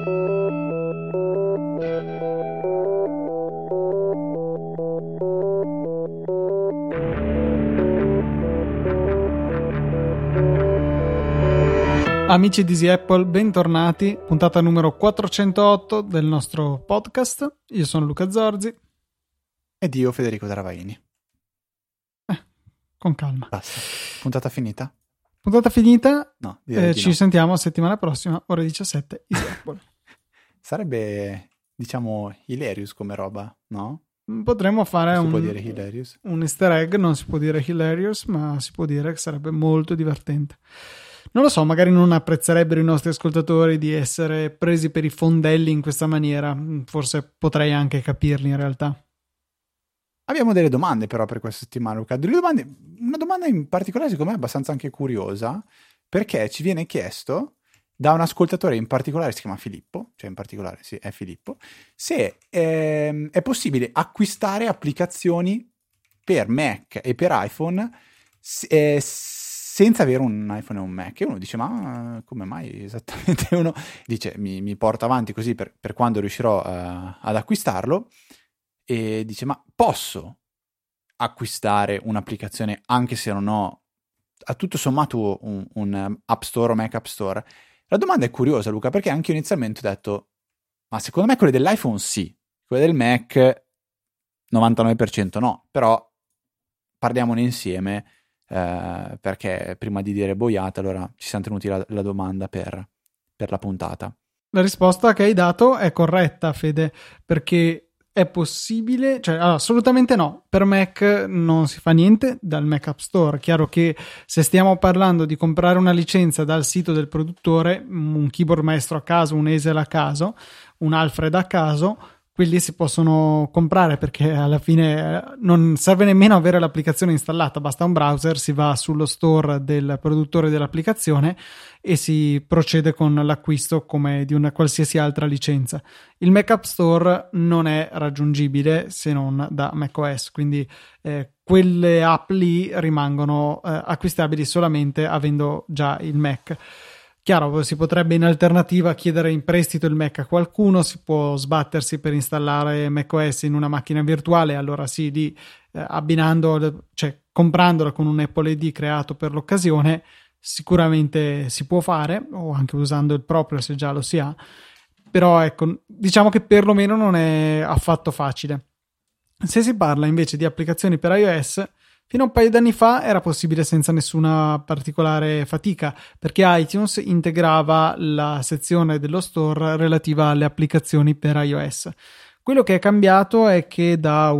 Amici di Easy Apple, bentornati, puntata numero 408 del nostro podcast. Io sono Luca Zorzi. Ed io Federico Travaini. Con calma. Basta. Puntata finita? Puntata finita? No, direi di ci no. Sentiamo settimana prossima, ore 17, Easy Apple. Sarebbe, diciamo, hilarious come roba, no? Potremmo fare si può dire hilarious? Un easter egg, non si può dire hilarious, ma si può dire che sarebbe molto divertente. Non lo so, magari non apprezzerebbero i nostri ascoltatori di essere presi per i fondelli in questa maniera. Forse potrei anche capirli in realtà. Abbiamo delle domande però per questa settimana, Luca. Una domanda in particolare secondo me è abbastanza anche curiosa, perché ci viene chiesto da un ascoltatore in particolare, si chiama Filippo, cioè in particolare sì, è Filippo, se è possibile acquistare applicazioni per Mac e per iPhone senza avere un iPhone e un Mac. E uno dice, ma come mai esattamente? Uno dice, mi porta avanti così per quando riuscirò ad acquistarlo, e dice, ma posso acquistare un'applicazione anche se non ho a tutto sommato un App Store o Mac App Store? La domanda è curiosa, Luca, perché anche io inizialmente ho detto, ma secondo me quelle dell'iPhone sì, quelle del Mac 99% no, però parliamone insieme, perché prima di dire boiate, allora ci siamo tenuti la domanda per la puntata. La risposta che hai dato è corretta, Fede, perché è possibile, cioè assolutamente no, per Mac non si fa niente dal Mac App Store. Chiaro che se stiamo parlando di comprare una licenza dal sito del produttore, un keyboard maestro a caso, un Hazel a caso, un Alfred a caso, quelli si possono comprare perché alla fine non serve nemmeno avere l'applicazione installata, basta un browser, si va sullo store del produttore dell'applicazione e si procede con l'acquisto come di una qualsiasi altra licenza. Il Mac App Store non è raggiungibile se non da macOS, quindi quelle app lì rimangono acquistabili solamente avendo già il Mac. Chiaro, si potrebbe in alternativa chiedere in prestito il Mac a qualcuno, si può sbattersi per installare macOS in una macchina virtuale, allora sì, lì cioè comprandola con un Apple ID creato per l'occasione, sicuramente si può fare, o anche usando il proprio se già lo si ha, però ecco, diciamo che perlomeno non è affatto facile. Se si parla invece di applicazioni per iOS, fino a un paio d'anni fa era possibile senza nessuna particolare fatica, perché iTunes integrava la sezione dello store relativa alle applicazioni per iOS. Quello che è cambiato è che dal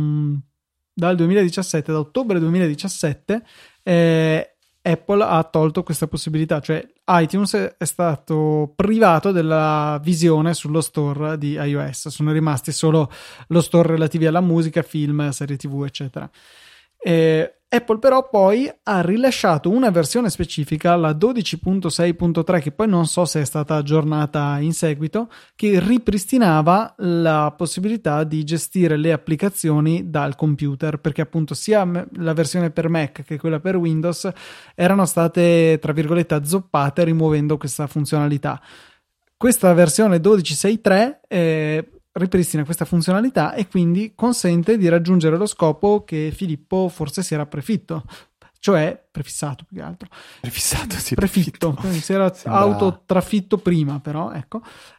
2017, da ottobre 2017, Apple ha tolto questa possibilità, cioè iTunes è stato privato della visione sullo store di iOS, sono rimasti solo lo store relativi alla musica, film, serie TV, eccetera. Apple però poi ha rilasciato una versione specifica, la 12.6.3, che poi non so se è stata aggiornata in seguito, che ripristinava la possibilità di gestire le applicazioni dal computer, perché appunto sia la versione per Mac che quella per Windows erano state, tra virgolette, azzoppate rimuovendo questa funzionalità. Questa versione 12.6.3 ripristina questa funzionalità e quindi consente di raggiungere lo scopo che Filippo forse si era prefitto, cioè prefissato più che altro. Prefissato, sì. Prefitto. Si era autotrafitto prima, però, ecco.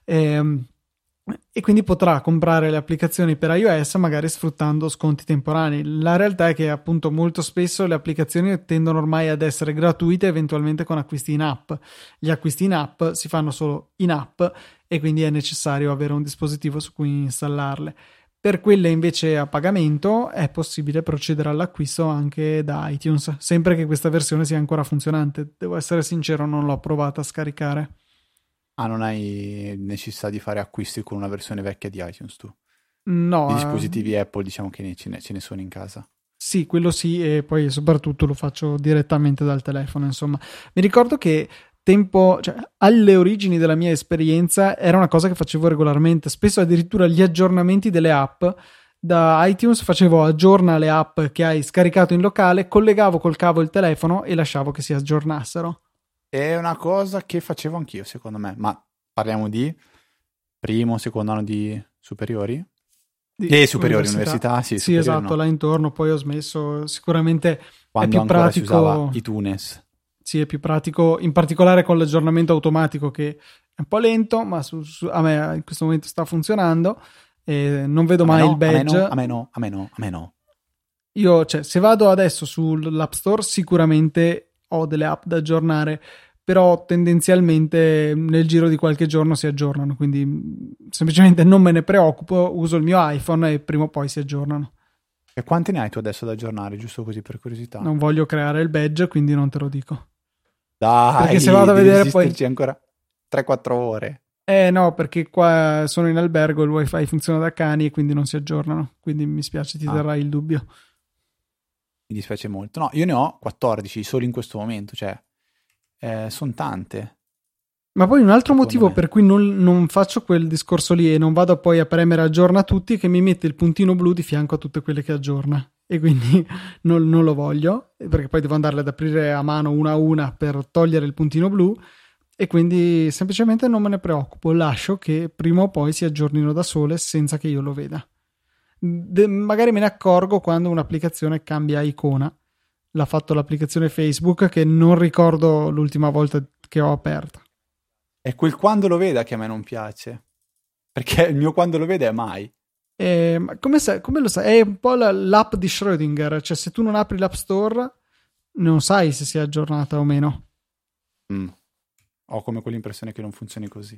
E quindi potrà comprare le applicazioni per iOS magari sfruttando sconti temporanei. La realtà è che appunto molto spesso le applicazioni tendono ormai ad essere gratuite, eventualmente con acquisti in app. Gli acquisti in app si fanno solo in app e quindi è necessario avere un dispositivo su cui installarle. Per quelle invece a pagamento è possibile procedere all'acquisto anche da iTunes, sempre che questa versione sia ancora funzionante. Devo essere sincero, non l'ho provata a scaricare. Ah, non hai necessità di fare acquisti con una versione vecchia di iTunes tu? No. Di dispositivi Apple, diciamo che ce ne sono in casa. Sì, quello sì, e poi soprattutto lo faccio direttamente dal telefono, insomma. Mi ricordo che alle origini della mia esperienza era una cosa che facevo regolarmente, spesso addirittura gli aggiornamenti delle app da iTunes facevo aggiorna le app che hai scaricato in locale, collegavo col cavo il telefono e lasciavo che si aggiornassero. È una cosa che facevo anch'io, secondo me, ma parliamo di primo, secondo anno di superiori? Di superiori, università, sì. Sì, esatto, no. là intorno, poi ho smesso. Sicuramente Quando è più ancora pratico. si usava iTunes. Sì, è più pratico, in particolare con l'aggiornamento automatico che è un po' lento, ma a me in questo momento sta funzionando. E non vedo mai il badge. A me no. Io, cioè, se vado adesso sull'App Store, sicuramente ho delle app da aggiornare, però tendenzialmente nel giro di qualche giorno si aggiornano, quindi semplicemente non me ne preoccupo, uso il mio iPhone e prima o poi si aggiornano. E quanti ne hai tu adesso da aggiornare, giusto così per curiosità? Non voglio creare il badge, quindi non te lo dico. Dai, perché se vado a devi vedere poi... ancora 3-4 ore. No, perché qua sono in albergo, il wifi funziona da cani e quindi non si aggiornano, quindi mi spiace, ti terrai il dubbio. Mi dispiace molto. No, io ne ho 14 solo in questo momento, cioè sono tante. Ma poi un altro motivo per cui non faccio quel discorso lì e non vado poi a premere aggiorna tutti è che mi mette il puntino blu di fianco a tutte quelle che aggiorna e quindi non lo voglio, perché poi devo andarle ad aprire a mano una a una per togliere il puntino blu e quindi semplicemente non me ne preoccupo, lascio che prima o poi si aggiornino da sole senza che io lo veda. Magari me ne accorgo quando un'applicazione cambia icona. L'ha fatto l'applicazione Facebook che non ricordo l'ultima volta che ho aperta. È quel quando lo veda che a me non piace, perché il mio quando lo vede è mai. Come lo sai? È un po' l'app di Schrödinger, cioè se tu non apri l'App Store non sai se sia aggiornata o meno. Ho come quell'impressione che non funzioni così.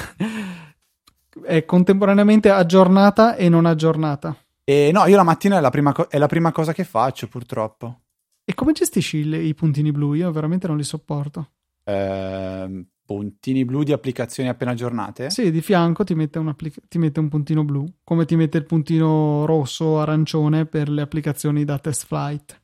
È contemporaneamente aggiornata e non aggiornata. No, io la mattina è la prima cosa che faccio, purtroppo. E come gestisci i puntini blu? Io veramente non li sopporto. Puntini blu di applicazioni appena aggiornate? Sì, di fianco ti mette un puntino blu, come ti mette il puntino rosso o arancione per le applicazioni da test flight.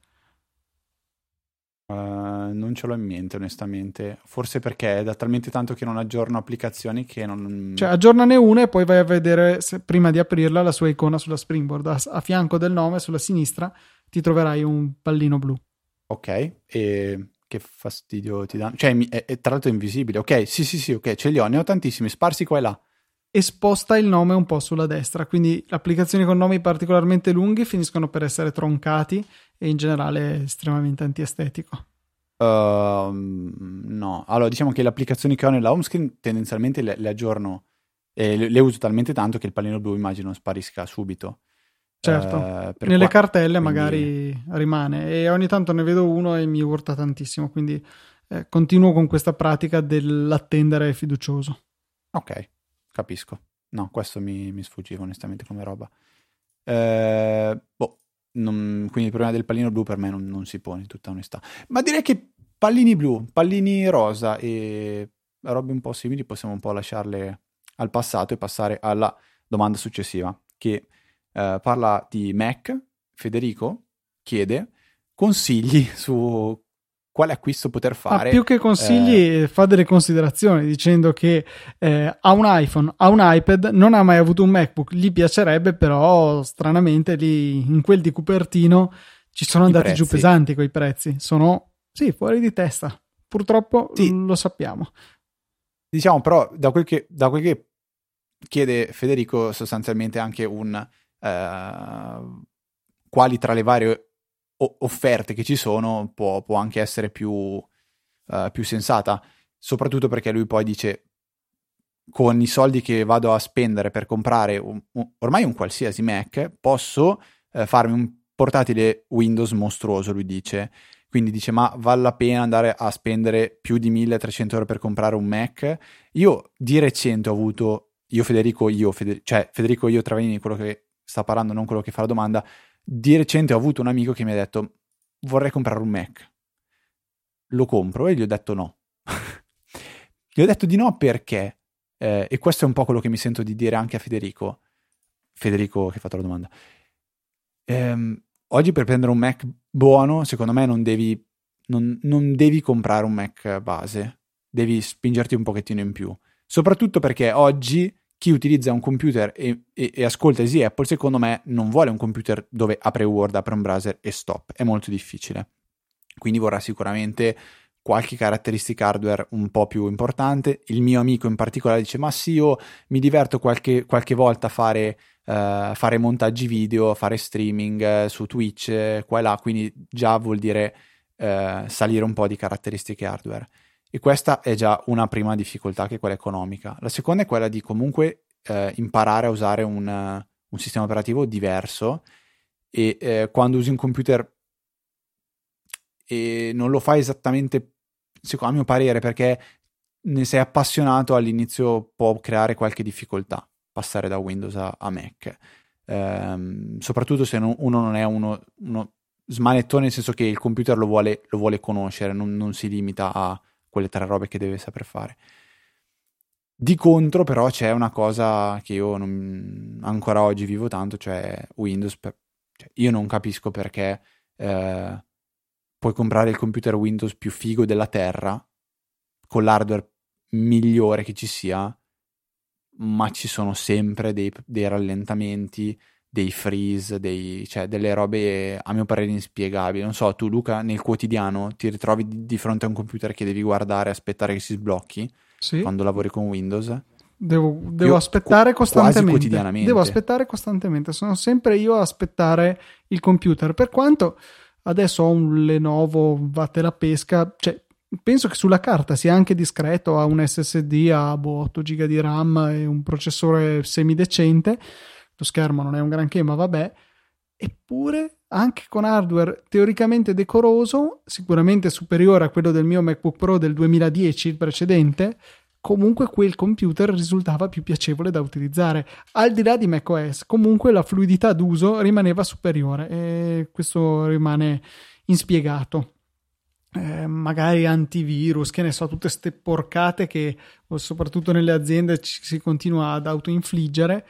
Non ce l'ho in mente, onestamente. Forse perché è da talmente tanto che non aggiorno applicazioni che non... Cioè, aggiornane una e poi vai a vedere, prima di aprirla, la sua icona sulla Springboard. A fianco del nome, sulla sinistra, ti troverai un pallino blu. Ok, e che fastidio ti danno? Cioè, è tra l'altro invisibile. Ok, sì, ok, ce li ho, ne ho tantissimi, sparsi qua e là. E sposta il nome un po' sulla destra, quindi le applicazioni con nomi particolarmente lunghi finiscono per essere troncati e in generale è estremamente antiestetico. No, allora diciamo che le applicazioni che ho nella home screen tendenzialmente le aggiorno e le uso talmente tanto che il pallino blu immagino sparisca subito. Certo, nelle cartelle magari rimane e ogni tanto ne vedo uno e mi urta tantissimo, quindi continuo con questa pratica dell'attendere fiducioso. Ok, capisco. No, questo mi sfuggiva onestamente come roba. Quindi il problema del pallino blu per me non si pone in tutta onestà. Ma direi che pallini blu, pallini rosa e robe un po' simili possiamo un po' lasciarle al passato e passare alla domanda successiva che parla di Mac. Federico chiede consigli su quale acquisto poter fare. Più che consigli fa delle considerazioni dicendo che ha un iPhone, ha un iPad, non ha mai avuto un MacBook, gli piacerebbe, però stranamente lì in quel di Cupertino ci sono andati giù pesanti quei prezzi, sono fuori di testa, purtroppo lo sappiamo. Diciamo però da quel che chiede Federico sostanzialmente anche un quali tra le varie offerte che ci sono può anche essere più sensata, soprattutto perché lui poi dice con i soldi che vado a spendere per comprare ormai un qualsiasi Mac posso farmi un portatile Windows mostruoso, lui dice, quindi dice ma vale la pena andare a spendere più di 1.300 euro per comprare un Mac? Io di recente ho avuto Federico Travaini, quello che sta parlando, non quello che fa la domanda. Di recente ho avuto un amico che mi ha detto vorrei comprare un Mac, lo compro? E gli ho detto no. Gli ho detto di no perché e questo è un po' quello che mi sento di dire anche a Federico che ha fatto la domanda. Oggi per prendere un Mac buono secondo me non devi comprare un Mac base, devi spingerti un pochettino in più, soprattutto perché oggi chi utilizza un computer e ascolta Easy Apple, secondo me non vuole un computer dove apre Word, apre un browser e stop. È molto difficile. Quindi vorrà sicuramente qualche caratteristica hardware un po' più importante. Il mio amico in particolare dice: ma sì, io mi diverto qualche volta a fare montaggi video, fare streaming su Twitch, qua e là, quindi già vuol dire salire un po' di caratteristiche hardware. E questa è già una prima difficoltà, che è quella economica. La seconda è quella di comunque imparare a usare un sistema operativo diverso, e quando usi un computer e non lo fai esattamente, a mio parere, perché ne sei appassionato, all'inizio può creare qualche difficoltà passare da Windows a Mac, soprattutto se uno non è uno smanettone, nel senso che il computer lo vuole conoscere, non si limita a quelle 3 robe che deve saper fare. Di contro però c'è una cosa che io ancora oggi vivo tanto, cioè Windows. Cioè, io non capisco perché puoi comprare il computer Windows più figo della terra con l'hardware migliore che ci sia, ma ci sono sempre dei rallentamenti, dei freeze, cioè delle robe a mio parere inspiegabili. Non so, tu Luca nel quotidiano ti ritrovi di fronte a un computer che devi guardare e aspettare che si sblocchi quando lavori con Windows? Devo aspettare costantemente. Quasi quotidianamente. Devo aspettare costantemente. Sono sempre io a aspettare il computer. Per quanto adesso ho un Lenovo, vatte la pesca, cioè penso che sulla carta sia anche discreto, ha un SSD, ha 8 GB di RAM e un processore semidecente. Lo schermo non è un granché, ma vabbè. Eppure, anche con hardware teoricamente decoroso, sicuramente superiore a quello del mio MacBook Pro del 2010, il precedente, comunque quel computer risultava più piacevole da utilizzare. Al di là di macOS, comunque la fluidità d'uso rimaneva superiore, e questo rimane inspiegato. Magari antivirus, che ne so, tutte ste porcate che soprattutto nelle aziende si continua ad autoinfliggere,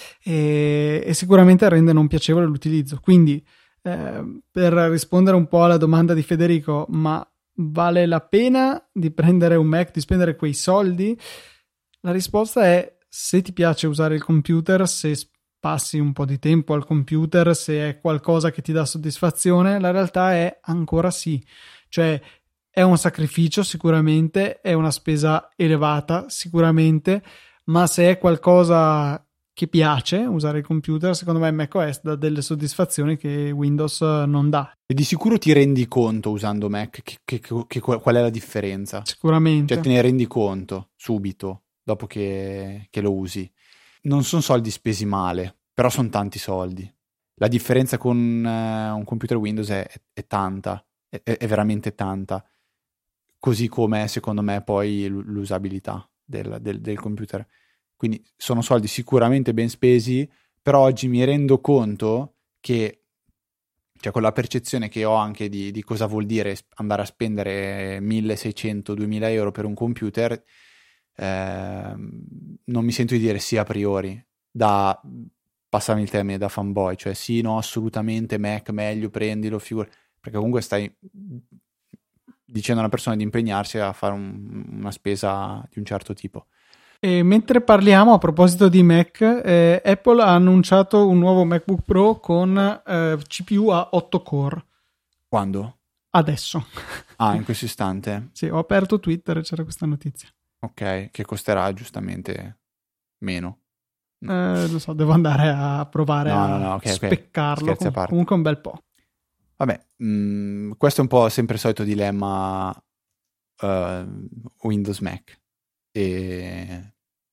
e sicuramente rende non piacevole l'utilizzo. Quindi per rispondere un po' alla domanda di Federico, ma vale la pena di prendere un Mac, di spendere quei soldi? La risposta è: se ti piace usare il computer, se passi un po' di tempo al computer, se è qualcosa che ti dà soddisfazione, la realtà è ancora sì. Cioè è un sacrificio sicuramente, è una spesa elevata sicuramente, ma se è qualcosa che piace usare il computer, secondo me macOS dà delle soddisfazioni che Windows non dà. E di sicuro ti rendi conto usando Mac qual è la differenza. Sicuramente. Cioè te ne rendi conto subito dopo che lo usi. Non sono soldi spesi male, però sono tanti soldi. La differenza con un computer Windows è tanta, è veramente tanta. Così come secondo me poi l'usabilità del computer. Quindi sono soldi sicuramente ben spesi, però oggi mi rendo conto che, cioè con la percezione che ho anche di cosa vuol dire andare a spendere 1.600-2.000 euro per un computer, non mi sento di dire sì a priori, passami il termine, da fanboy, cioè sì, no, assolutamente Mac, meglio, prendilo, perché comunque stai dicendo a una persona di impegnarsi a fare una spesa di un certo tipo. E mentre parliamo, a proposito di Mac, Apple ha annunciato un nuovo MacBook Pro con CPU a 8 core. Quando? Adesso. Ah, in questo istante? Sì, ho aperto Twitter e c'era questa notizia. Ok, che costerà giustamente meno. Lo so, devo andare a provare okay, speccarlo. Comunque un bel po'. Vabbè, questo è un po' sempre il solito dilemma Windows Mac. E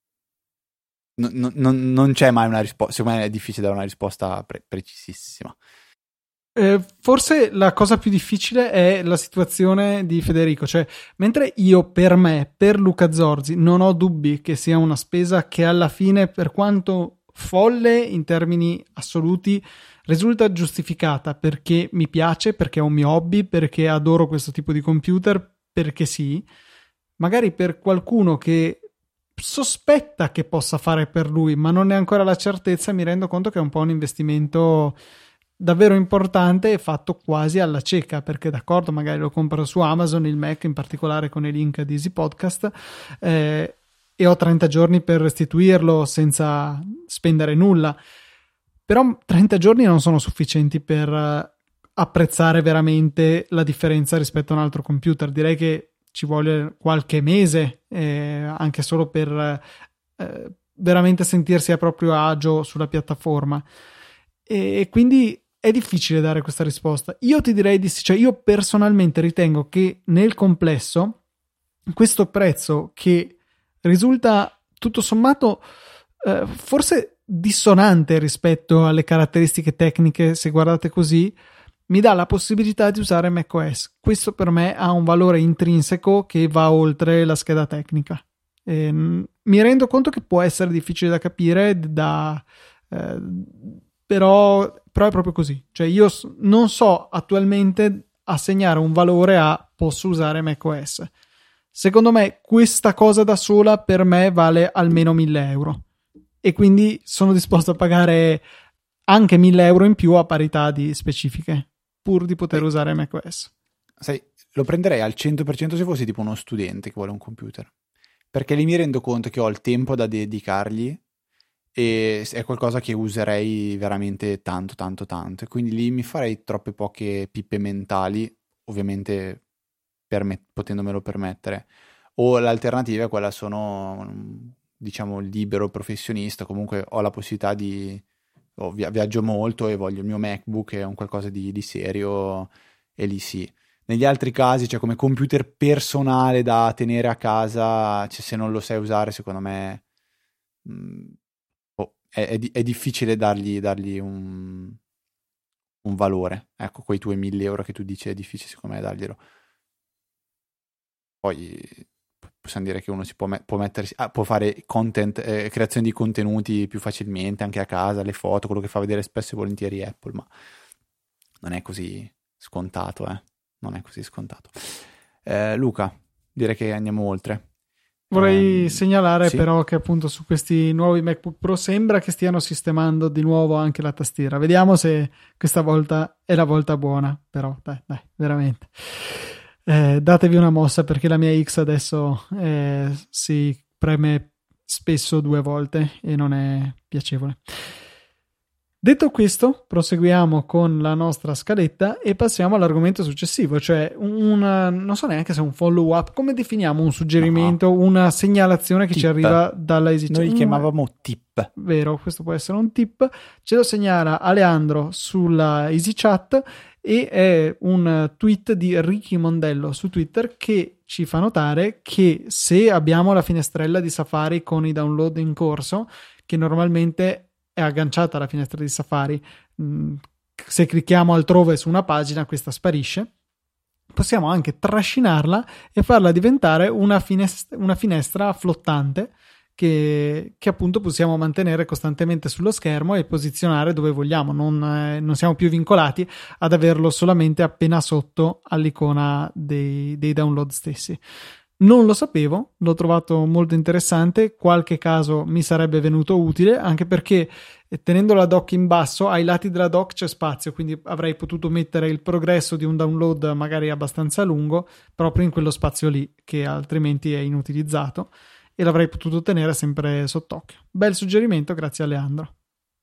non c'è mai una risposta. Secondo me è difficile dare una risposta precisissima. Forse la cosa più difficile è la situazione di Federico, cioè mentre io per Luca Zorzi non ho dubbi che sia una spesa che alla fine, per quanto folle in termini assoluti, risulta giustificata perché mi piace, perché è un mio hobby, perché adoro questo tipo di computer, perché sì. Magari per qualcuno che sospetta che possa fare per lui, ma non ne ha ancora la certezza, mi rendo conto che è un po' un investimento davvero importante e fatto quasi alla cieca, perché d'accordo, magari lo compro su Amazon, il Mac in particolare con i link di Easy Podcast, e ho 30 giorni per restituirlo senza spendere nulla, però 30 giorni non sono sufficienti per apprezzare veramente la differenza rispetto a un altro computer. Direi che ci vuole qualche mese, anche solo per veramente sentirsi a proprio agio sulla piattaforma, e quindi è difficile dare questa risposta. Io ti direi di sì, cioè io personalmente ritengo che nel complesso questo prezzo, che risulta tutto sommato forse dissonante rispetto alle caratteristiche tecniche, se guardate così, mi dà la possibilità di usare macOS. Questo per me ha un valore intrinseco che va oltre la scheda tecnica. Mi rendo conto che può essere difficile da capire, però è proprio così. Cioè io non so attualmente assegnare un valore a posso usare macOS. Secondo me questa cosa da sola per me vale almeno 1.000 euro, e quindi sono disposto a pagare anche 1.000 euro in più a parità di specifiche, pur di poter usare macOS. Sai, lo prenderei al 100% se fossi tipo uno studente che vuole un computer, perché lì mi rendo conto che ho il tempo da dedicargli e è qualcosa che userei veramente tanto, e quindi lì mi farei troppe poche pippe mentali, ovviamente potendomelo permettere. O l'alternativa è quella, sono diciamo libero professionista, comunque ho la possibilità di viaggio molto e voglio il mio MacBook, è un qualcosa di serio, e lì sì. Negli altri casi, cioè come computer personale da tenere a casa, cioè, se non lo sai usare, secondo me è difficile dargli un valore. Ecco, quei tuoi 1.000 euro che tu dici è difficile secondo me darglielo. Poi possiamo dire che uno può mettersi, può fare content, creazione di contenuti più facilmente anche a casa, le foto, quello che fa vedere spesso e volentieri Apple, ma non è così scontato, non è così scontato. Luca, direi che andiamo oltre. Vorrei segnalare sì? però che appunto su questi nuovi MacBook Pro sembra che stiano sistemando di nuovo anche la tastiera. Vediamo se questa volta è la volta buona, però dai, veramente. Datevi una mossa, perché la mia X adesso si preme spesso 2 volte e non è piacevole. Detto questo, proseguiamo con la nostra scaletta e passiamo all'argomento successivo, cioè non so neanche se è un follow up. Come definiamo un suggerimento, una segnalazione che tip. Ci arriva dalla EasyChat? Noi li chiamavamo tip. Vero, questo può essere un tip. Ce lo segnala Aleandro sulla EasyChat e è un tweet di Ricky Mondello su Twitter che ci fa notare che se abbiamo la finestrella di Safari con i download in corso, che normalmente è agganciata alla finestra di Safari, se clicchiamo altrove su una pagina questa sparisce, possiamo anche trascinarla e farla diventare una finestra flottante che appunto possiamo mantenere costantemente sullo schermo e posizionare dove vogliamo. Non siamo più vincolati ad averlo solamente appena sotto all'icona dei download stessi. Non lo sapevo, l'ho trovato molto interessante, qualche caso mi sarebbe venuto utile, anche perché tenendo la dock in basso ai lati della dock c'è spazio, quindi avrei potuto mettere il progresso di un download magari abbastanza lungo proprio in quello spazio lì, che altrimenti è inutilizzato, e l'avrei potuto tenere sempre sott'occhio. Bel suggerimento, grazie a Leandro.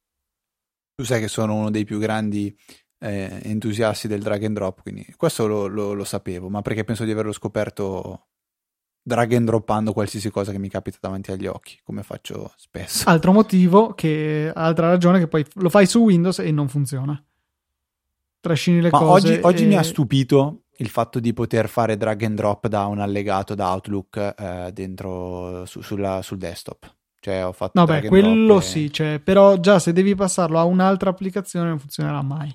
Tu sai che sono uno dei più grandi entusiasti del drag and drop, quindi questo lo sapevo, ma perché penso di averlo scoperto drag and droppando qualsiasi cosa che mi capita davanti agli occhi, come faccio spesso. Altra ragione che poi lo fai su Windows e non funziona. Trascini le cose. Oggi mi ha stupito il fatto di poter fare drag and drop da un allegato da Outlook dentro sul desktop. Cioè ho fatto no, drag beh, and drop quello sì, cioè, però già se devi passarlo a un'altra applicazione non funzionerà mai.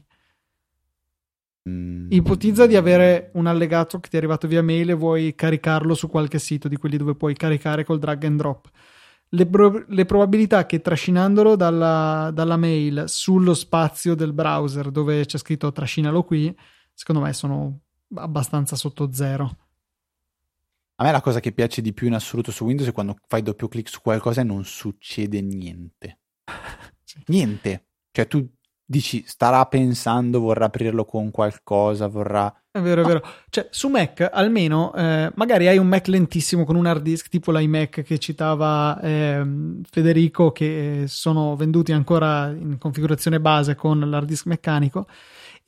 Ipotizza di avere un allegato che ti è arrivato via mail e vuoi caricarlo su qualche sito di quelli dove puoi caricare col drag and drop. Le probabilità che trascinandolo dalla mail sullo spazio del browser dove c'è scritto trascinalo qui, secondo me sono abbastanza sotto zero. A me la cosa che piace di più in assoluto su Windows è quando fai doppio clic su qualcosa e non succede niente. Sì. Niente. Cioè tu dici, starà pensando, vorrà aprirlo con qualcosa, vorrà... È vero, è vero. Cioè, su Mac, almeno, magari hai un Mac lentissimo con un hard disk tipo l'iMac che citava Federico, che sono venduti ancora in configurazione base con l'hard disk meccanico, e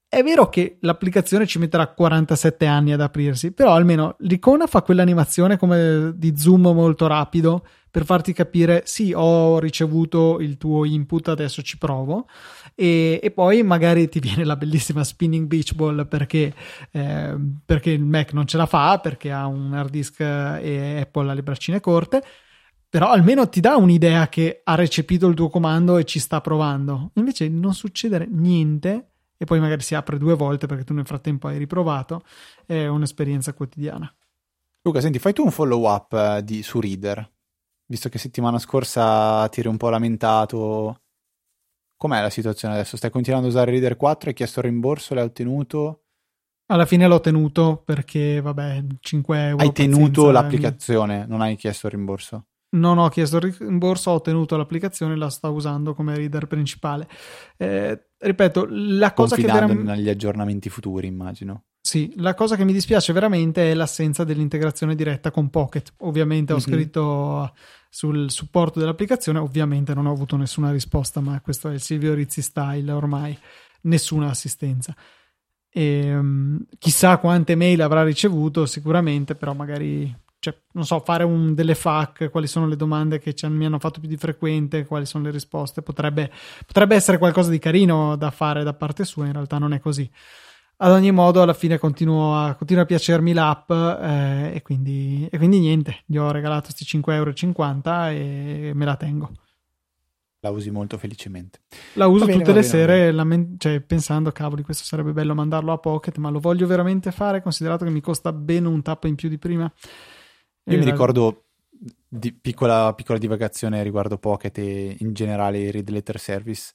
È vero che l'applicazione ci metterà 47 anni ad aprirsi, però almeno l'icona fa quell'animazione come di zoom molto rapido per farti capire sì, ho ricevuto il tuo input, adesso ci provo, e poi magari ti viene la bellissima spinning beach ball perché il Mac non ce la fa, perché ha un hard disk e Apple ha le braccine corte, però almeno ti dà un'idea che ha recepito il tuo comando e ci sta provando. Invece non succede niente e poi magari si apre 2 volte perché tu nel frattempo hai riprovato, è un'esperienza quotidiana. Luca, senti, fai tu un follow up su Reader, visto che settimana scorsa ti eri un po' lamentato. Com'è la situazione adesso? Stai continuando a usare Reader 4? Hai chiesto il rimborso? L'hai ottenuto? Alla fine l'ho tenuto perché, vabbè, 5 euro. Hai tenuto l'applicazione, non hai chiesto il rimborso? Non ho chiesto il rimborso, ho tenuto l'applicazione, la sto usando come reader principale. Ripeto, la cosa confidando negli aggiornamenti futuri, immagino. Sì, la cosa che mi dispiace veramente è l'assenza dell'integrazione diretta con Pocket. Ovviamente ho scritto sul supporto dell'applicazione, ovviamente non ho avuto nessuna risposta, ma questo è il Silvio Rizzi style ormai, nessuna assistenza. Chissà quante mail avrà ricevuto sicuramente, però magari, cioè, non so, fare delle FAQ, quali sono le domande che mi hanno fatto più di frequente, quali sono le risposte, potrebbe essere qualcosa di carino da fare da parte sua, in realtà non è così. Ad ogni modo, alla fine continua a piacermi l'app, e quindi niente, gli ho regalato questi 5,50 € e me la tengo. La usi molto felicemente. La uso tutte le sere, cioè, pensando, cavoli, questo sarebbe bello mandarlo a Pocket, ma lo voglio veramente fare, considerato che mi costa bene un tappo in più di prima. Io mi ricordo, di piccola divagazione riguardo Pocket e in generale i Read Letter Service.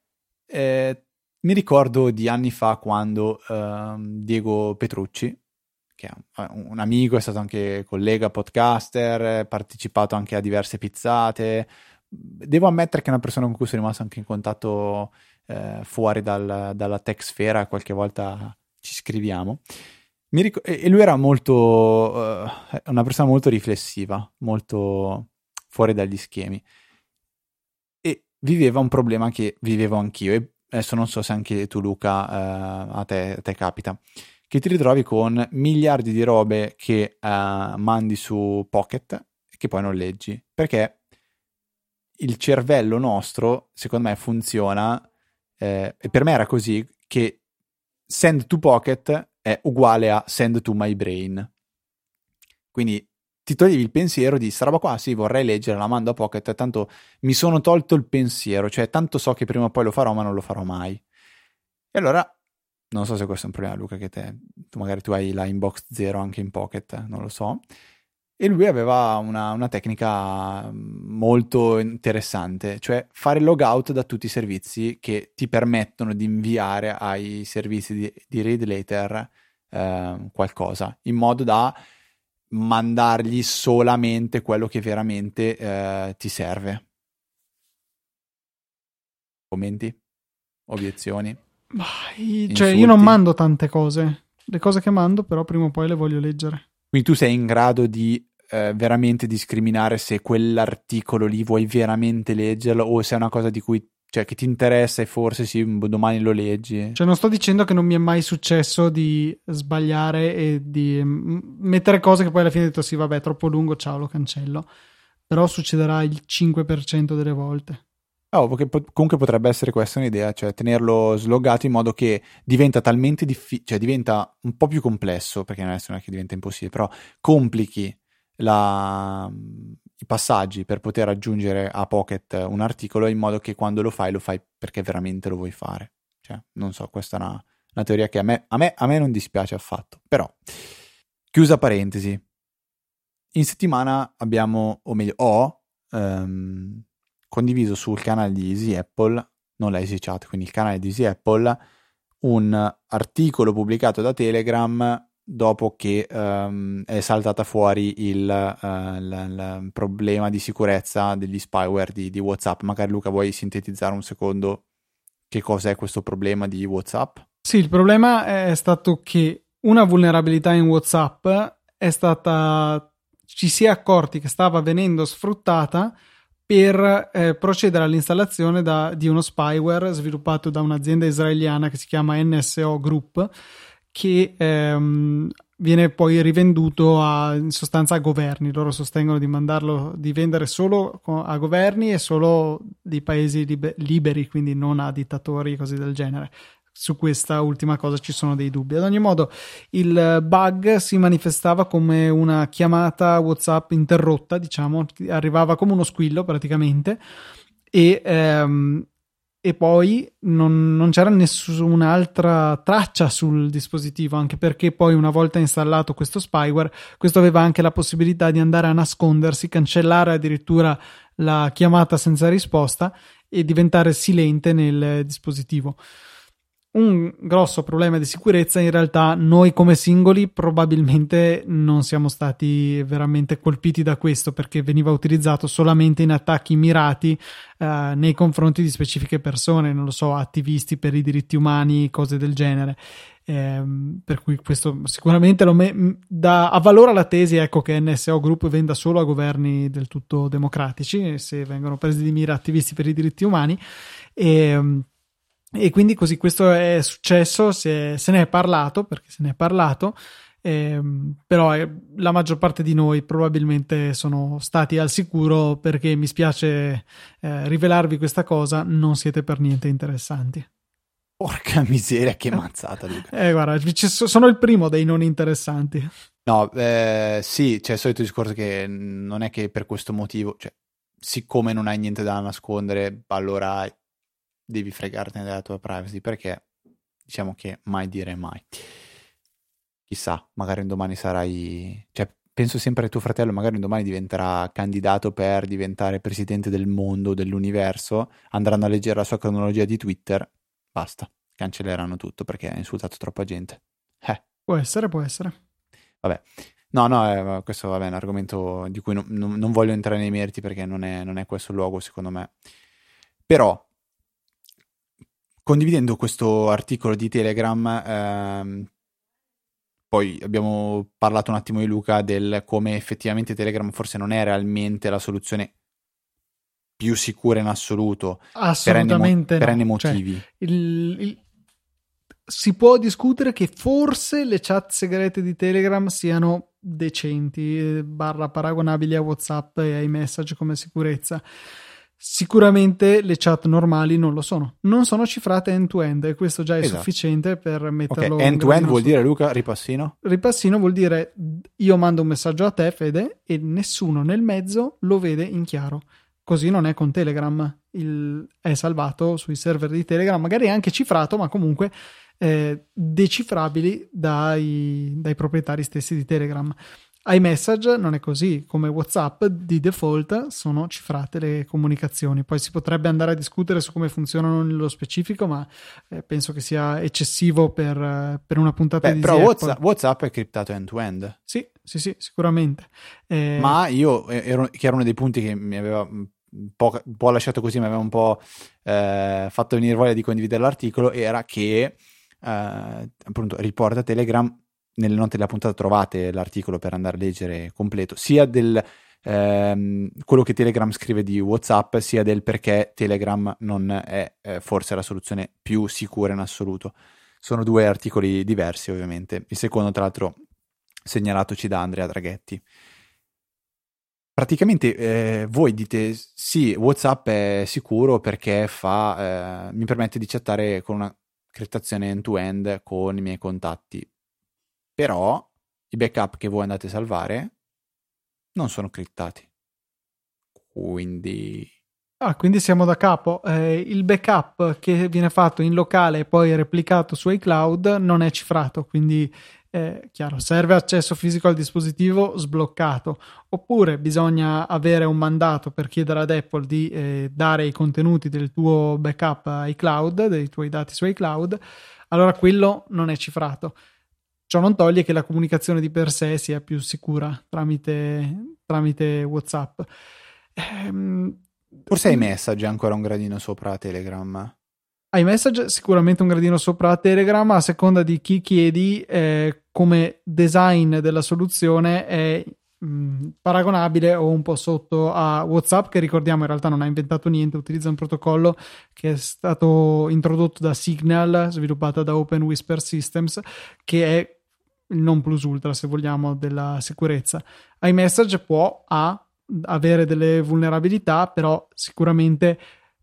Mi ricordo di anni fa quando Diego Petrucci, che è un amico, è stato anche collega podcaster, partecipato anche a diverse pizzate. Devo ammettere che è una persona con cui sono rimasto anche in contatto fuori dalla tech sfera, qualche volta ci scriviamo. E lui era molto una persona molto riflessiva, molto fuori dagli schemi, e viveva un problema che vivevo anch'io, e adesso non so se anche tu, Luca, a te capita, che ti ritrovi con miliardi di robe che mandi su Pocket e che poi non leggi, perché il cervello nostro, secondo me, funziona, e per me era così, che send to Pocket è uguale a send to my brain. Quindi ti toglievi il pensiero di sta roba qua, sì, vorrei leggere, la mando a Pocket, tanto mi sono tolto il pensiero, cioè tanto so che prima o poi lo farò, ma non lo farò mai. E allora, non so se questo è un problema, Luca, che magari tu hai la inbox 0 anche in Pocket, non lo so. E lui aveva una tecnica molto interessante, cioè fare logout da tutti i servizi che ti permettono di inviare ai servizi di Read Later qualcosa, in modo da mandargli solamente quello che veramente ti serve. Commenti? Obiezioni? Cioè, io non mando tante cose. Le cose che mando, però, prima o poi le voglio leggere. Quindi tu sei in grado di veramente discriminare se quell'articolo lì vuoi veramente leggerlo, o se è una cosa di cui, cioè, che ti interessa e forse sì, domani lo leggi. Cioè, non sto dicendo che non mi è mai successo di sbagliare e di mettere cose che poi alla fine ho detto sì, vabbè, è troppo lungo, ciao, lo cancello. Però succederà il 5% delle volte. Perché comunque potrebbe essere questa un'idea, cioè tenerlo sloggato in modo che diventa talmente difficile, cioè diventa un po' più complesso, perché non è che diventa impossibile, però complichi i passaggi per poter aggiungere a Pocket un articolo, in modo che quando lo fai perché veramente lo vuoi fare. Cioè, non so, questa è una teoria che a me non dispiace affatto. Però, chiusa parentesi, in settimana abbiamo, o meglio, ho condiviso sul canale di Easy Apple, non la Easy Chat, quindi il canale di Easy Apple, un articolo pubblicato da Telegram dopo che è saltata fuori il problema di sicurezza degli spyware di WhatsApp. Magari, Luca, vuoi sintetizzare un secondo che cos'è questo problema di WhatsApp? Sì, il problema è stato che una vulnerabilità in WhatsApp ci si è accorti che stava venendo sfruttata per procedere all'installazione di uno spyware sviluppato da un'azienda israeliana che si chiama NSO Group, che viene poi rivenduto in sostanza a governi. Loro sostengono di vendere solo a governi e solo di paesi liberi, quindi non a dittatori, cose del genere. Su questa ultima cosa ci sono dei dubbi. Ad ogni modo, il bug si manifestava come una chiamata WhatsApp interrotta, diciamo, arrivava come uno squillo praticamente, e poi non c'era nessun'altra traccia sul dispositivo, anche perché poi una volta installato questo spyware, questo aveva anche la possibilità di andare a nascondersi, cancellare addirittura la chiamata senza risposta e diventare silente nel dispositivo. Un grosso problema di sicurezza. In realtà noi come singoli probabilmente non siamo stati veramente colpiti da questo, perché veniva utilizzato solamente in attacchi mirati nei confronti di specifiche persone, non lo so, attivisti per i diritti umani, cose del genere. Per cui questo sicuramente dà a valore alla tesi, ecco, che NSO Group venda solo a governi del tutto democratici, se vengono presi di mira attivisti per i diritti umani. E quindi così questo è successo, se ne è parlato, perché se ne è parlato, però la maggior parte di noi probabilmente sono stati al sicuro, perché mi spiace rivelarvi questa cosa, non siete per niente interessanti. Porca miseria, che mazzata, Luca. Guarda, sono il primo dei non interessanti. No, sì, c'è il solito discorso che non è che per questo motivo, cioè, siccome non hai niente da nascondere, allora devi fregartene della tua privacy, perché diciamo che mai dire mai. Chissà, magari un domani sarai, cioè, penso sempre a tuo fratello, magari un domani diventerà candidato per diventare presidente del mondo, dell'universo, andranno a leggere la sua cronologia di Twitter, basta, cancelleranno tutto perché ha insultato troppa gente. Può essere. Vabbè. No, questo vabbè, è un argomento di cui non voglio entrare nei meriti, perché non è questo il luogo, secondo me. Però condividendo questo articolo di Telegram, poi abbiamo parlato un attimo di Luca del come effettivamente Telegram forse non è realmente la soluzione più sicura in assoluto, assolutamente per no. N motivi. Cioè, si può discutere che forse le chat segrete di Telegram siano decenti, paragonabili a WhatsApp e ai message come sicurezza. Sicuramente le chat normali non lo sono, non sono cifrate end-to-end, e questo già è sufficiente per metterlo. Ok, end-to-end vuol dire, Luca, ripassino? Ripassino vuol dire io mando un messaggio a te, Fede, e nessuno nel mezzo lo vede in chiaro. Così non è con Telegram, è salvato sui server di Telegram, magari è anche cifrato, ma comunque decifrabili dai proprietari stessi di Telegram. iMessage non è così, come WhatsApp di default sono cifrate le comunicazioni. Poi si potrebbe andare a discutere su come funzionano nello specifico, ma penso che sia eccessivo per una puntata di però WhatsApp è criptato end-to-end. Sì, sicuramente. Ma io che era uno dei punti che mi aveva un po' lasciato così, mi aveva un po' fatto venire voglia di condividere l'articolo, era che appunto riporta Telegram. Nelle note della puntata trovate l'articolo per andare a leggere completo, sia del quello che Telegram scrive di WhatsApp, sia del perché Telegram non è forse la soluzione più sicura in assoluto. Sono due articoli diversi, ovviamente. Il secondo, tra l'altro, segnalatoci da Andrea Draghetti. Praticamente voi dite sì, WhatsApp è sicuro perché mi permette di chattare con una criptazione end-to-end con i miei contatti. Però i backup che voi andate a salvare non sono criptati. Quindi siamo da capo. Il backup che viene fatto in locale e poi replicato su iCloud non è cifrato, quindi chiaro, serve accesso fisico al dispositivo sbloccato, oppure bisogna avere un mandato per chiedere ad Apple di dare i contenuti del tuo backup iCloud, dei tuoi dati su iCloud, allora quello non è cifrato. Ciò non toglie che la comunicazione di per sé sia più sicura tramite WhatsApp. Forse iMessage è ancora un gradino sopra Telegram. iMessage sicuramente un gradino sopra Telegram, a seconda di chi chiedi. Come design della soluzione è paragonabile o un po' sotto a WhatsApp, che ricordiamo in realtà non ha inventato niente, utilizza un protocollo che è stato introdotto da Signal, sviluppata da Open Whisper Systems, che è il non plus ultra, se vogliamo, della sicurezza. iMessage può avere delle vulnerabilità, però sicuramente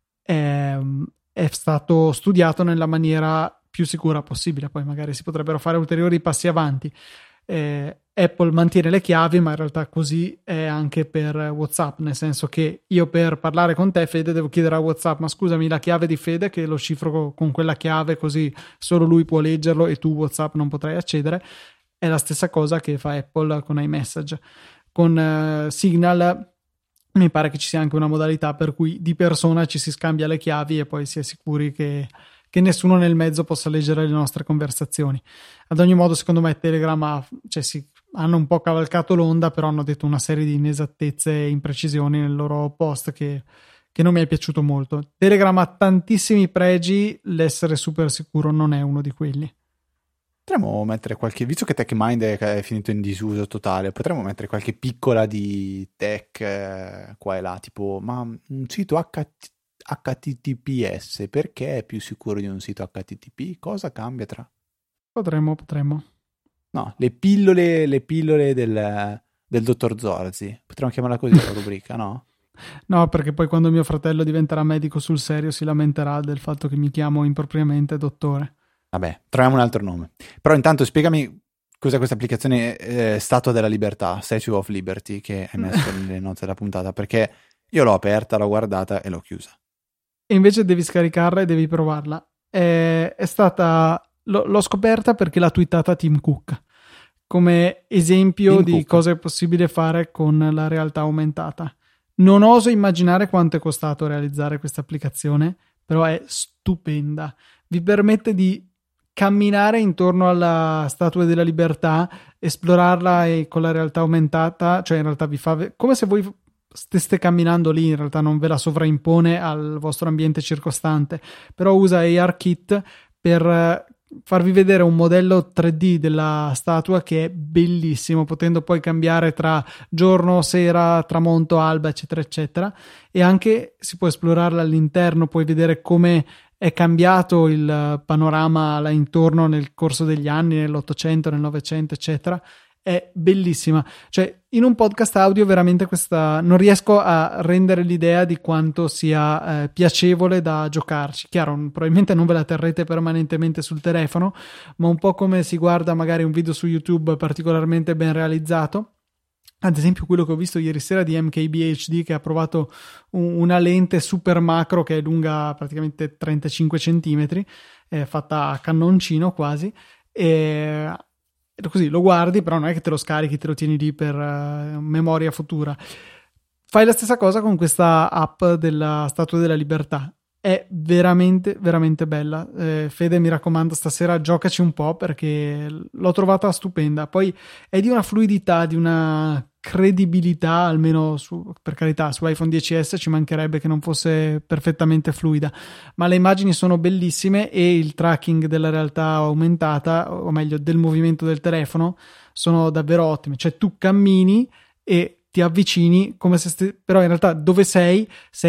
è stato studiato nella maniera più sicura possibile. Poi magari si potrebbero fare ulteriori passi avanti. Apple mantiene le chiavi, ma in realtà così è anche per WhatsApp, nel senso che io per parlare con te, Fede, devo chiedere a WhatsApp: ma scusami, la chiave di Fede, che lo cifro con quella chiave, così solo lui può leggerlo e tu WhatsApp non potrai accedere. È la stessa cosa che fa Apple con iMessage. Con Signal mi pare che ci sia anche una modalità per cui di persona ci si scambia le chiavi e poi si è sicuri che nessuno nel mezzo possa leggere le nostre conversazioni. Ad ogni modo, secondo me Telegram hanno un po' cavalcato l'onda, però hanno detto una serie di inesattezze e imprecisioni nel loro post che non mi è piaciuto molto. Telegram ha tantissimi pregi, l'essere super sicuro non è uno di quelli. Potremmo mettere qualche, visto che TechMind è finito in disuso totale, potremmo mettere qualche piccola di tech qua e là, tipo, ma un sito HTTPS, perché è più sicuro di un sito HTTP? Cosa cambia tra? Potremmo. No, le pillole del dottor Zorzi. Potremmo chiamarla così la rubrica, no? No, perché poi quando mio fratello diventerà medico sul serio si lamenterà del fatto che mi chiamo impropriamente dottore. Vabbè, troviamo un altro nome. Però intanto spiegami cos'è questa applicazione Statua della Libertà, Statue of Liberty, che hai messo nelle note della puntata, perché io l'ho aperta, l'ho guardata e l'ho chiusa. E invece devi scaricarla e devi provarla. È stata... L'ho scoperta perché l'ha twittata Tim Cook come esempio Tim di Cook. cosa è possibile fare con la realtà aumentata. Non oso immaginare quanto è costato realizzare questa applicazione, però è stupenda. Vi permette di camminare intorno alla Statua della Libertà, esplorarla e con la realtà aumentata, cioè in realtà vi fa come se voi steste camminando lì, in realtà non ve la sovraimpone al vostro ambiente circostante, però usa ARKit per farvi vedere un modello 3D della statua che è bellissimo, potendo poi cambiare tra giorno, sera, tramonto, alba, eccetera eccetera, e anche si può esplorarla all'interno, puoi vedere come è cambiato il panorama là intorno nel corso degli anni, nell'Ottocento, nel Novecento, eccetera. È bellissima. Cioè, in un podcast audio veramente questa non riesco a rendere l'idea di quanto sia piacevole da giocarci. Chiaro, probabilmente non ve la terrete permanentemente sul telefono, ma un po' come si guarda magari un video su YouTube particolarmente ben realizzato. Ad esempio quello che ho visto ieri sera di MKBHD, che ha provato una lente super macro che è lunga praticamente 35 centimetri, fatta a cannoncino quasi, e così lo guardi, però non è che te lo scarichi, te lo tieni lì per memoria futura. Fai la stessa cosa con questa app della Statua della Libertà. È veramente, veramente bella. Fede, mi raccomando, stasera giocaci un po' perché l'ho trovata stupenda. Poi è di una fluidità, di una credibilità, almeno per carità, su iPhone XS ci mancherebbe che non fosse perfettamente fluida, ma le immagini sono bellissime e il tracking della realtà aumentata, o meglio del movimento del telefono, sono davvero ottimi. Cioè tu cammini e ti avvicini come se però in realtà dove sei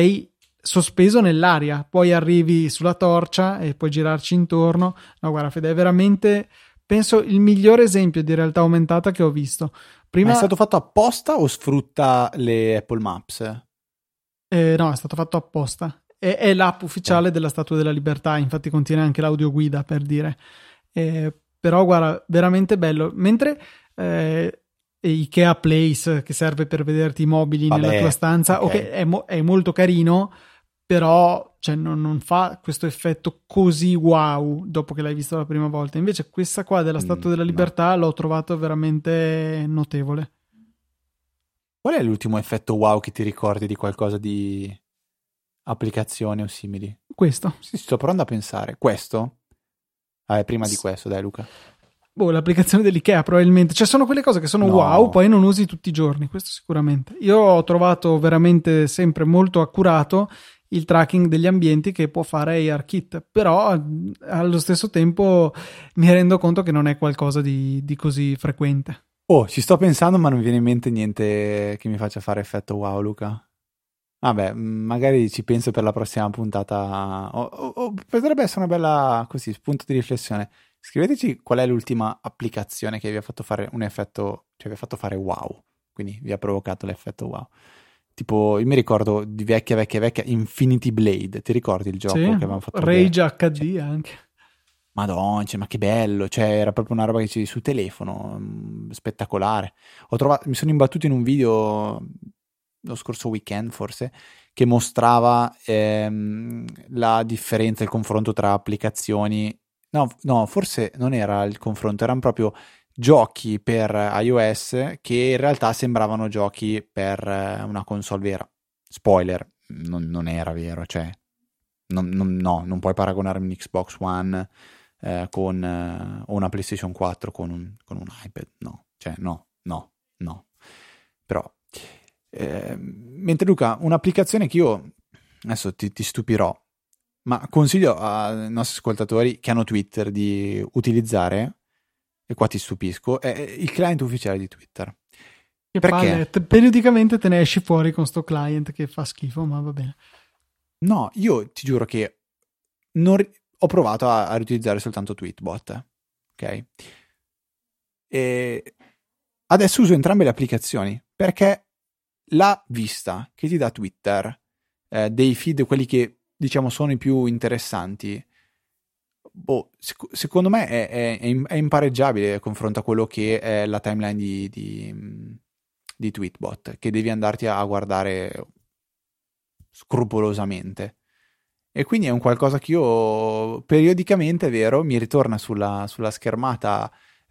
sospeso nell'aria, poi arrivi sulla torcia e puoi girarci intorno. No, guarda Fede, è veramente, penso, il migliore esempio di realtà aumentata che ho visto. Prima... Ma è stato fatto apposta o sfrutta le Apple Maps? No, è stato fatto apposta. È l'app ufficiale della Statua della Libertà, infatti contiene anche l'audioguida, per dire. Però guarda, veramente bello. Mentre Ikea Place, che serve per vederti i mobili nella tua stanza, okay, è molto carino, però cioè, non fa questo effetto così wow dopo che l'hai visto la prima volta. Invece questa qua della Statua della Libertà l'ho trovato veramente notevole. Qual è l'ultimo effetto wow che ti ricordi di qualcosa di applicazione o simili? Questo. Sì, sto provando a pensare. Questo? Prima di questo, dai Luca. L'applicazione dell'Ikea probabilmente, cioè sono quelle cose che sono wow, poi non usi tutti i giorni, questo sicuramente. Io ho trovato veramente sempre molto accurato il tracking degli ambienti che può fare ARKit, però allo stesso tempo mi rendo conto che non è qualcosa di così frequente. Oh, ci sto pensando, ma non mi viene in mente niente che mi faccia fare effetto wow, Luca. Vabbè, magari ci penso per la prossima puntata. Potrebbe essere una bella, così, spunto di riflessione. Scriveteci qual è l'ultima applicazione che vi ha fatto fare un effetto, cioè vi ha fatto fare wow. Quindi vi ha provocato l'effetto wow. Tipo, io mi ricordo di vecchia Infinity Blade. Ti ricordi il gioco Sì, che avevamo fatto Rage vedere? HD Cioè, anche. Madonna, cioè, ma che bello, cioè era proprio una roba che c'è su telefono, spettacolare. Mi sono imbattuto in un video lo scorso weekend forse, che mostrava la differenza, il confronto tra applicazioni. No, forse non era il confronto, erano proprio giochi per iOS che in realtà sembravano giochi per una console vera. Spoiler, non era vero, cioè no, non puoi paragonare un Xbox One o una PlayStation 4 con un iPad, no, cioè no. Però, mentre Luca, un'applicazione che io adesso ti stupirò, ma consiglio ai nostri ascoltatori che hanno Twitter di utilizzare, e qua ti stupisco, è il client ufficiale di Twitter. Che Perché? palle, periodicamente te ne esci fuori con sto client che fa schifo, ma va bene. No, io ti giuro che ho provato a riutilizzare soltanto Tweetbot, ok? E adesso uso entrambe le applicazioni perché la vista che ti dà Twitter dei feed, quelli che diciamo sono i più interessanti, secondo me è impareggiabile confronto a quello che è la timeline di Tweetbot, che devi andarti a guardare scrupolosamente. E quindi è un qualcosa che io periodicamente, è vero, mi ritorna sulla schermata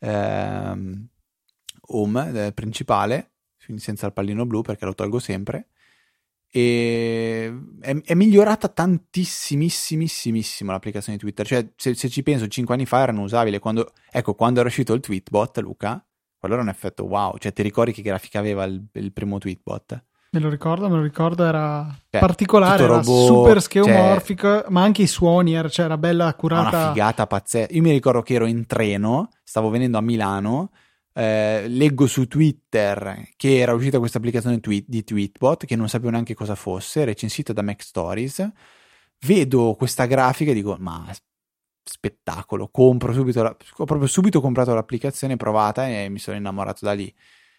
home principale, quindi senza il pallino blu perché lo tolgo sempre, e è migliorata tantissimissimissimo l'applicazione di Twitter. Cioè, se ci penso, 5 anni fa erano usabili. Quando era uscito il tweetbot, Luca, quello era un effetto wow. Cioè, ti ricordi che grafica aveva il primo tweetbot? Me lo ricordo, era Cioè, particolare, tutto era robot, super cioè, scheomorfico, ma anche i suoni, cioè, era bella ha una accurata. figata pazzesca. Io mi ricordo che ero in treno, stavo venendo a Milano, leggo su Twitter che era uscita questa applicazione di Tweetbot, che non sapevo neanche cosa fosse, recensita da Mac Stories. Vedo questa grafica e dico, ma spettacolo, ho proprio subito comprato l'applicazione, provata e mi sono innamorato da lì.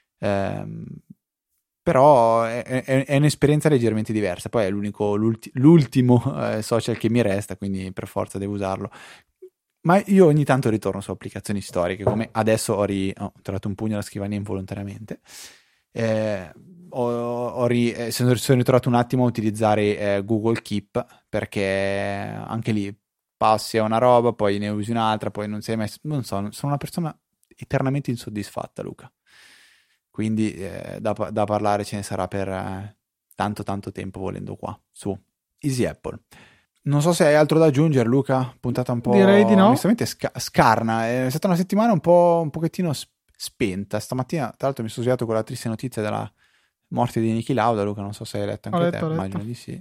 Però è un'esperienza leggermente diversa. Poi è l'ultimo social che mi resta, quindi per forza devo usarlo. Ma io ogni tanto ritorno su applicazioni storiche, come adesso ho trovato un pugno alla scrivania involontariamente. Sono ritrovato un attimo a utilizzare Google Keep, perché anche lì passi a una roba, poi ne usi un'altra, poi non sei mai... Non so, sono una persona eternamente insoddisfatta, Luca. Quindi da parlare ce ne sarà per tanto tempo volendo qua, su Easy Apple. Non so se hai altro da aggiungere, Luca. Puntata un po' Direi di no. onestamente scarna. È stata una settimana un pochettino spenta. Stamattina, tra l'altro, mi sono svegliato con la triste notizia della morte di Niki Lauda, Luca. Non so se hai letto anche te, Ho letto. immagino di sì.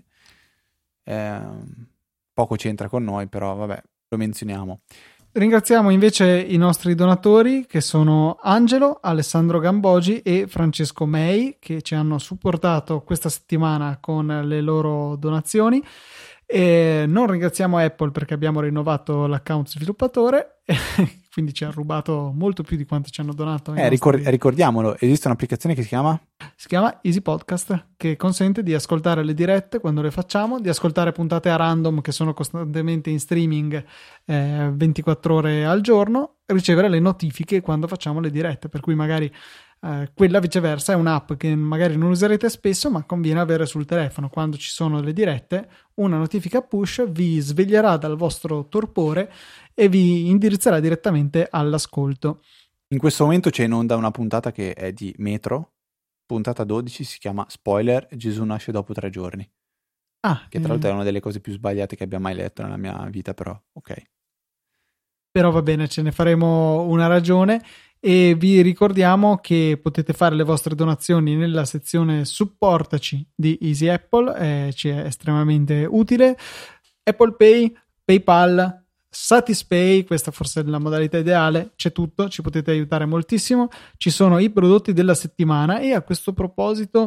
Poco c'entra con noi, però vabbè, lo menzioniamo. Ringraziamo invece i nostri donatori che sono Angelo, Alessandro Gambogi e Francesco Mei, che ci hanno supportato questa settimana con le loro donazioni. E non ringraziamo Apple perché abbiamo rinnovato l'account sviluppatore, quindi ci ha rubato molto più di quanto ci hanno donato. Ricordiamolo, esiste un'applicazione che si chiama Easy Podcast, che consente di ascoltare le dirette quando le facciamo, di ascoltare puntate a random che sono costantemente in streaming 24 ore al giorno, ricevere le notifiche quando facciamo le dirette, per cui magari quella viceversa è un'app che magari non userete spesso, ma conviene avere sul telefono. Quando ci sono le dirette, una notifica push vi sveglierà dal vostro torpore e vi indirizzerà direttamente all'ascolto. In questo momento c'è in onda una puntata che è di Metro, puntata 12, si chiama Spoiler, Gesù nasce dopo 3 giorni. Che tra l'altro è una delle cose più sbagliate che abbia mai letto nella mia vita, però ok. Però va bene, ce ne faremo una ragione. E vi ricordiamo che potete fare le vostre donazioni nella sezione supportaci di Easy Apple, ci è estremamente utile. Apple Pay, PayPal, Satispay, questa forse è la modalità ideale, c'è tutto, ci potete aiutare moltissimo, ci sono i prodotti della settimana e a questo proposito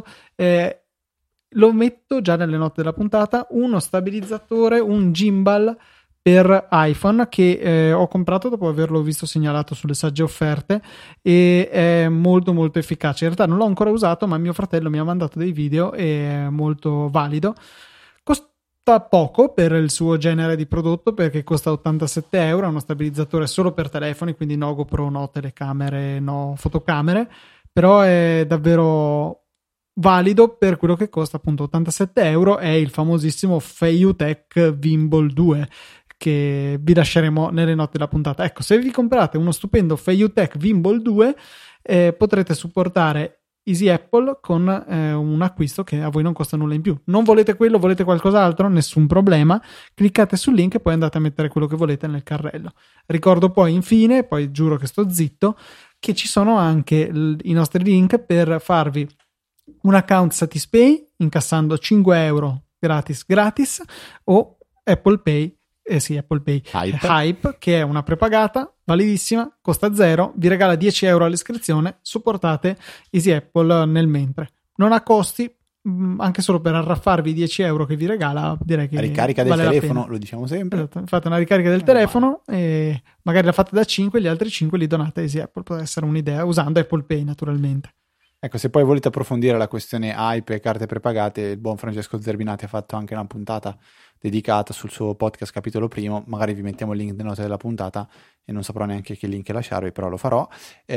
lo metto già nelle note della puntata, uno stabilizzatore, un gimbal per iPhone che ho comprato dopo averlo visto segnalato sulle sagge offerte e è molto molto efficace. In realtà non l'ho ancora usato, ma mio fratello mi ha mandato dei video e è molto valido. Costa poco per il suo genere di prodotto, perché costa 87 euro, è uno stabilizzatore solo per telefoni, quindi no GoPro, no telecamere, no fotocamere, però è davvero valido per quello che costa, appunto 87 euro. È il famosissimo Feiyutech Wimball 2 che vi lasceremo nelle note della puntata. Ecco, se vi comprate uno stupendo Feiyutech Wimball 2 potrete supportare Easy Apple con un acquisto che a voi non costa nulla in più. Non volete quello, volete qualcos'altro? Nessun problema, cliccate sul link e poi andate a mettere quello che volete nel carrello. Ricordo poi infine, poi giuro che sto zitto, che ci sono anche i nostri link per farvi un account Satispay incassando 5 euro gratis o Apple Pay, Apple Pay Hype, che è una prepagata validissima, costa 0, vi regala 10 euro all'iscrizione, supportate Easy Apple nel mentre. Non ha costi, anche solo per arraffarvi 10 euro che vi regala, direi che ricarica del telefono, lo diciamo sempre. Esatto, fate una ricarica del telefono e magari la fate da 5, gli altri 5 li donate a Easy Apple, può essere un'idea, usando Apple Pay naturalmente. Ecco, se poi volete approfondire la questione hype e carte prepagate, il buon Francesco Zerbinati ha fatto anche una puntata dedicata sul suo podcast capitolo primo, magari vi mettiamo il link nelle note della puntata e non saprò neanche che link lasciarvi, però lo farò,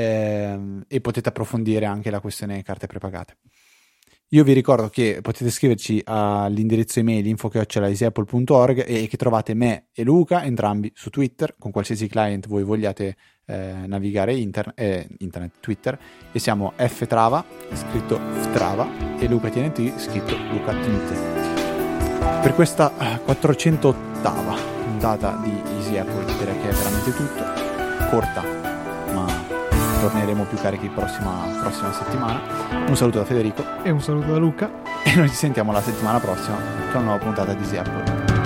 e potete approfondire anche la questione carte prepagate. Io vi ricordo che potete scriverci all'indirizzo email info@easyapple.org e che trovate me e Luca entrambi su Twitter, con qualsiasi client voi vogliate navigare internet, Twitter, e siamo ftrava, scritto ftrava, e Luca TNT, scritto Luca TNT. Per questa 408ª puntata di Easy Apple direi che è veramente tutto, corta, ma torneremo più carichi prossima settimana. Un saluto da Federico e un saluto da Luca e noi ci sentiamo la settimana prossima con una nuova puntata di Easy Apple.